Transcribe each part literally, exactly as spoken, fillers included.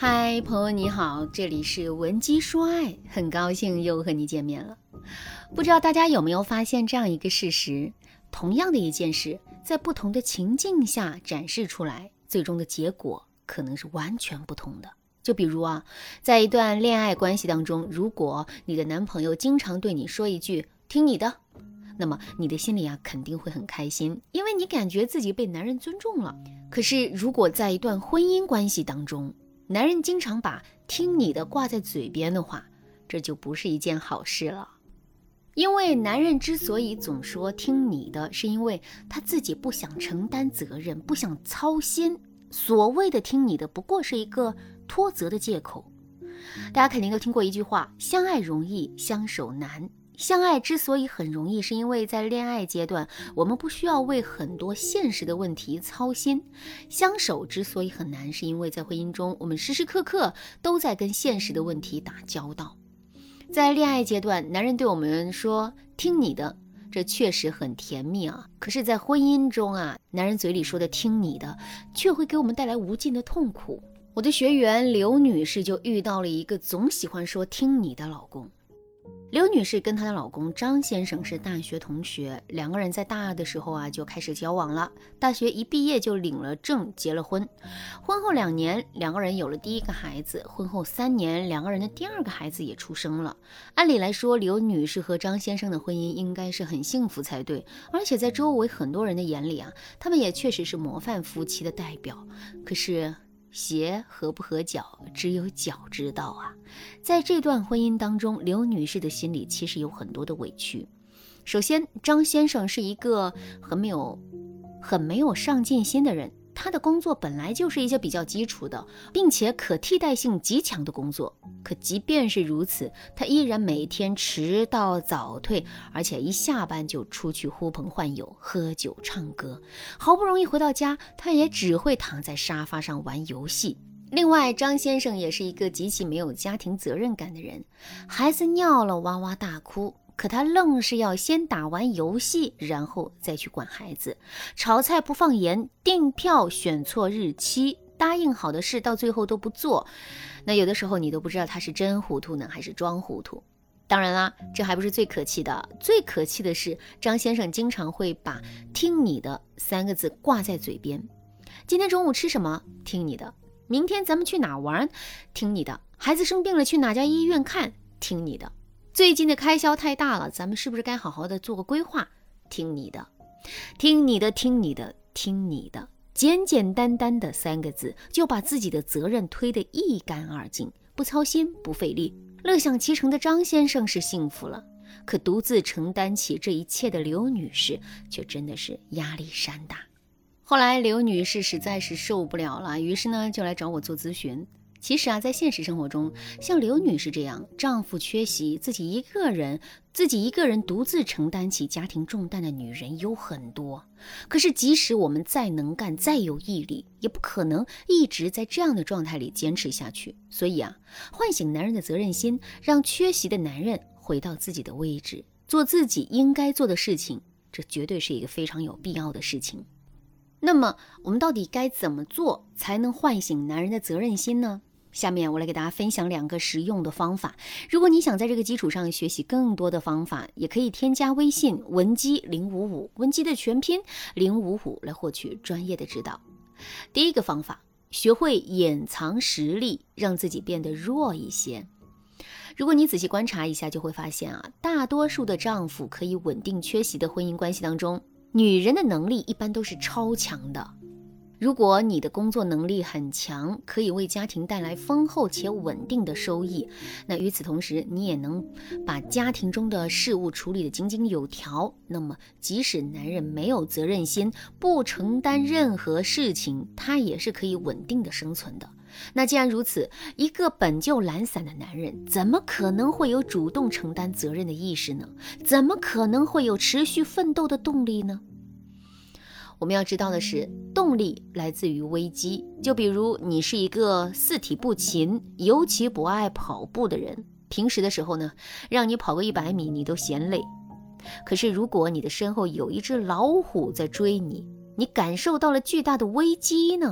嗨，朋友你好，这里是文姬说爱，很高兴又和你见面了。不知道大家有没有发现这样一个事实，同样的一件事，在不同的情境下展示出来，最终的结果可能是完全不同的。就比如啊，在一段恋爱关系当中，如果你的男朋友经常对你说一句听你的，那么你的心里啊肯定会很开心，因为你感觉自己被男人尊重了。可是如果在一段婚姻关系当中，男人经常把听你的挂在嘴边的话，这就不是一件好事了。因为男人之所以总说听你的，是因为他自己不想承担责任，不想操心。所谓的听你的不过是一个脱责的借口。大家肯定都听过一句话，相爱容易相守难。相爱之所以很容易，是因为在恋爱阶段我们不需要为很多现实的问题操心。相守之所以很难，是因为在婚姻中我们时时刻刻都在跟现实的问题打交道。在恋爱阶段，男人对我们说听你的，这确实很甜蜜啊。可是在婚姻中啊，男人嘴里说的听你的却会给我们带来无尽的痛苦。我的学员刘女士就遇到了一个总喜欢说听你的老公。刘女士跟她的老公张先生是大学同学，两个人在大二的时候啊就开始交往了，大学一毕业就领了证结了婚。婚后两年，两个人有了第一个孩子，婚后三年，两个人的第二个孩子也出生了。按理来说，刘女士和张先生的婚姻应该是很幸福才对，而且在周围很多人的眼里啊，他们也确实是模范夫妻的代表。可是鞋合不合脚，只有脚知道啊。在这段婚姻当中，刘女士的心里其实有很多的委屈。首先，张先生是一个很没有很没有上进心的人，他的工作本来就是一些比较基础的，并且可替代性极强的工作。可即便是如此，他依然每天迟到早退，而且一下班就出去呼朋唤友，喝酒唱歌。好不容易回到家，他也只会躺在沙发上玩游戏。另外，张先生也是一个极其没有家庭责任感的人，孩子尿了哇哇大哭，可他愣是要先打完游戏，然后再去管孩子。炒菜不放盐，订票选错日期，答应好的事到最后都不做。那有的时候你都不知道他是真糊涂呢，还是装糊涂。当然啦，这还不是最可气的，最可气的是张先生经常会把听你的三个字挂在嘴边。今天中午吃什么？听你的。明天咱们去哪玩？听你的。孩子生病了，去哪家医院看？听你的。最近的开销太大了，咱们是不是该好好的做个规划？听你的。听你的，听你的，听你的。简简单单的三个字，就把自己的责任推得一干二净，不操心，不费力。乐享其成的张先生是幸福了，可独自承担起这一切的刘女士却真的是压力山大。后来刘女士实在是受不了了，于是呢就来找我做咨询。其实啊，在现实生活中，像刘女士这样丈夫缺席，自己一个人自己一个人独自承担起家庭重担的女人有很多。可是即使我们再能干，再有毅力，也不可能一直在这样的状态里坚持下去。所以啊，唤醒男人的责任心，让缺席的男人回到自己的位置，做自己应该做的事情，这绝对是一个非常有必要的事情。那么我们到底该怎么做才能唤醒男人的责任心呢？下面我来给大家分享两个实用的方法。如果你想在这个基础上学习更多的方法，也可以添加微信文姬零五五，文姬的全拼零五五来获取专业的指导。第一个方法，学会掩藏实力，让自己变得弱一些。如果你仔细观察一下，就会发现啊，大多数的丈夫可以稳定缺席的婚姻关系当中，女人的能力一般都是超强的。如果你的工作能力很强，可以为家庭带来丰厚且稳定的收益，那与此同时你也能把家庭中的事务处理得井井有条，那么即使男人没有责任心，不承担任何事情，他也是可以稳定的生存的。那既然如此，一个本就懒散的男人，怎么可能会有主动承担责任的意识呢？怎么可能会有持续奋斗的动力呢？我们要知道的是，动力来自于危机。就比如你是一个四体不勤，尤其不爱跑步的人，平时的时候呢，让你跑个一百米你都嫌累。可是如果你的身后有一只老虎在追你，你感受到了巨大的危机呢，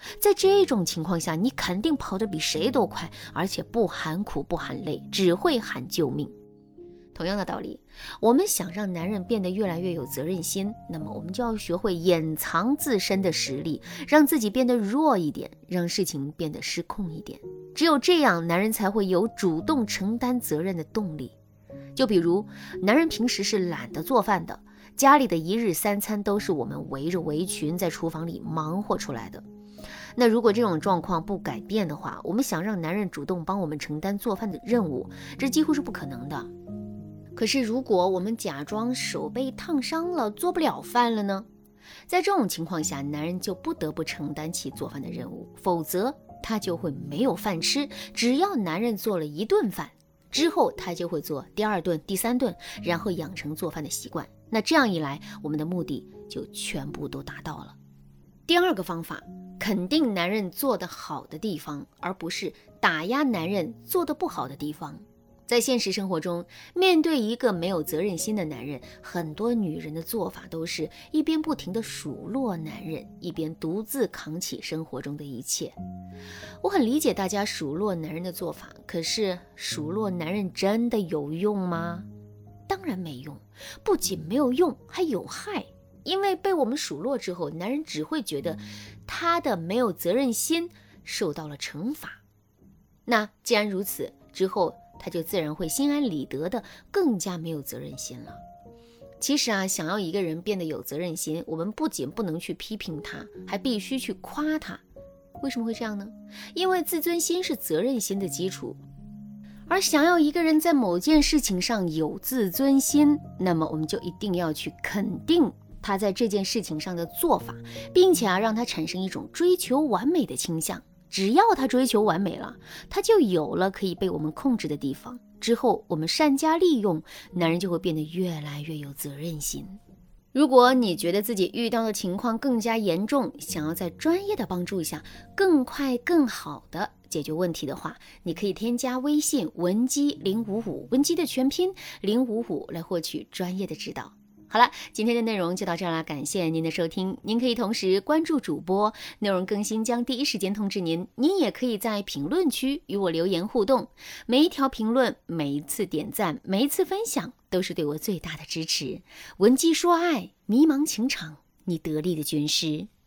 在这种情况下，你肯定跑得比谁都快，而且不喊苦不喊累，只会喊救命。同样的道理，我们想让男人变得越来越有责任心，那么我们就要学会掩藏自身的实力，让自己变得弱一点，让事情变得失控一点。只有这样，男人才会有主动承担责任的动力。就比如，男人平时是懒得做饭的，家里的一日三餐都是我们围着围裙在厨房里忙活出来的。那如果这种状况不改变的话，我们想让男人主动帮我们承担做饭的任务，这几乎是不可能的。可是如果我们假装手被烫伤了，做不了饭了呢？在这种情况下，男人就不得不承担起做饭的任务，否则他就会没有饭吃。只要男人做了一顿饭之后，他就会做第二顿、第三顿，然后养成做饭的习惯。那这样一来，我们的目的就全部都达到了。第二个方法，肯定男人做得好的地方，而不是打压男人做得不好的地方。在现实生活中，面对一个没有责任心的男人，很多女人的做法都是一边不停地数落男人，一边独自扛起生活中的一切。我很理解大家数落男人的做法，可是数落男人真的有用吗？当然没用，不仅没有用，还有害。因为被我们数落之后，男人只会觉得他的没有责任心受到了惩罚。那既然如此，之后他就自然会心安理得的更加没有责任心了。其实啊，想要一个人变得有责任心，我们不仅不能去批评他，还必须去夸他。为什么会这样呢？因为自尊心是责任心的基础。而想要一个人在某件事情上有自尊心，那么我们就一定要去肯定他在这件事情上的做法，并且啊，让他产生一种追求完美的倾向。只要他追求完美了，他就有了可以被我们控制的地方。之后我们善加利用，男人就会变得越来越有责任心。如果你觉得自己遇到的情况更加严重，想要在专业的帮助下更快更好的解决问题的话，你可以添加微信文姬零五五，文姬的全拼零五五，来获取专业的指导。好了，今天的内容就到这儿了，感谢您的收听。您可以同时关注主播，内容更新将第一时间通知您。您也可以在评论区与我留言互动，每一条评论、每一次点赞、每一次分享，都是对我最大的支持。文姬说爱，迷茫情场，你得力的军师。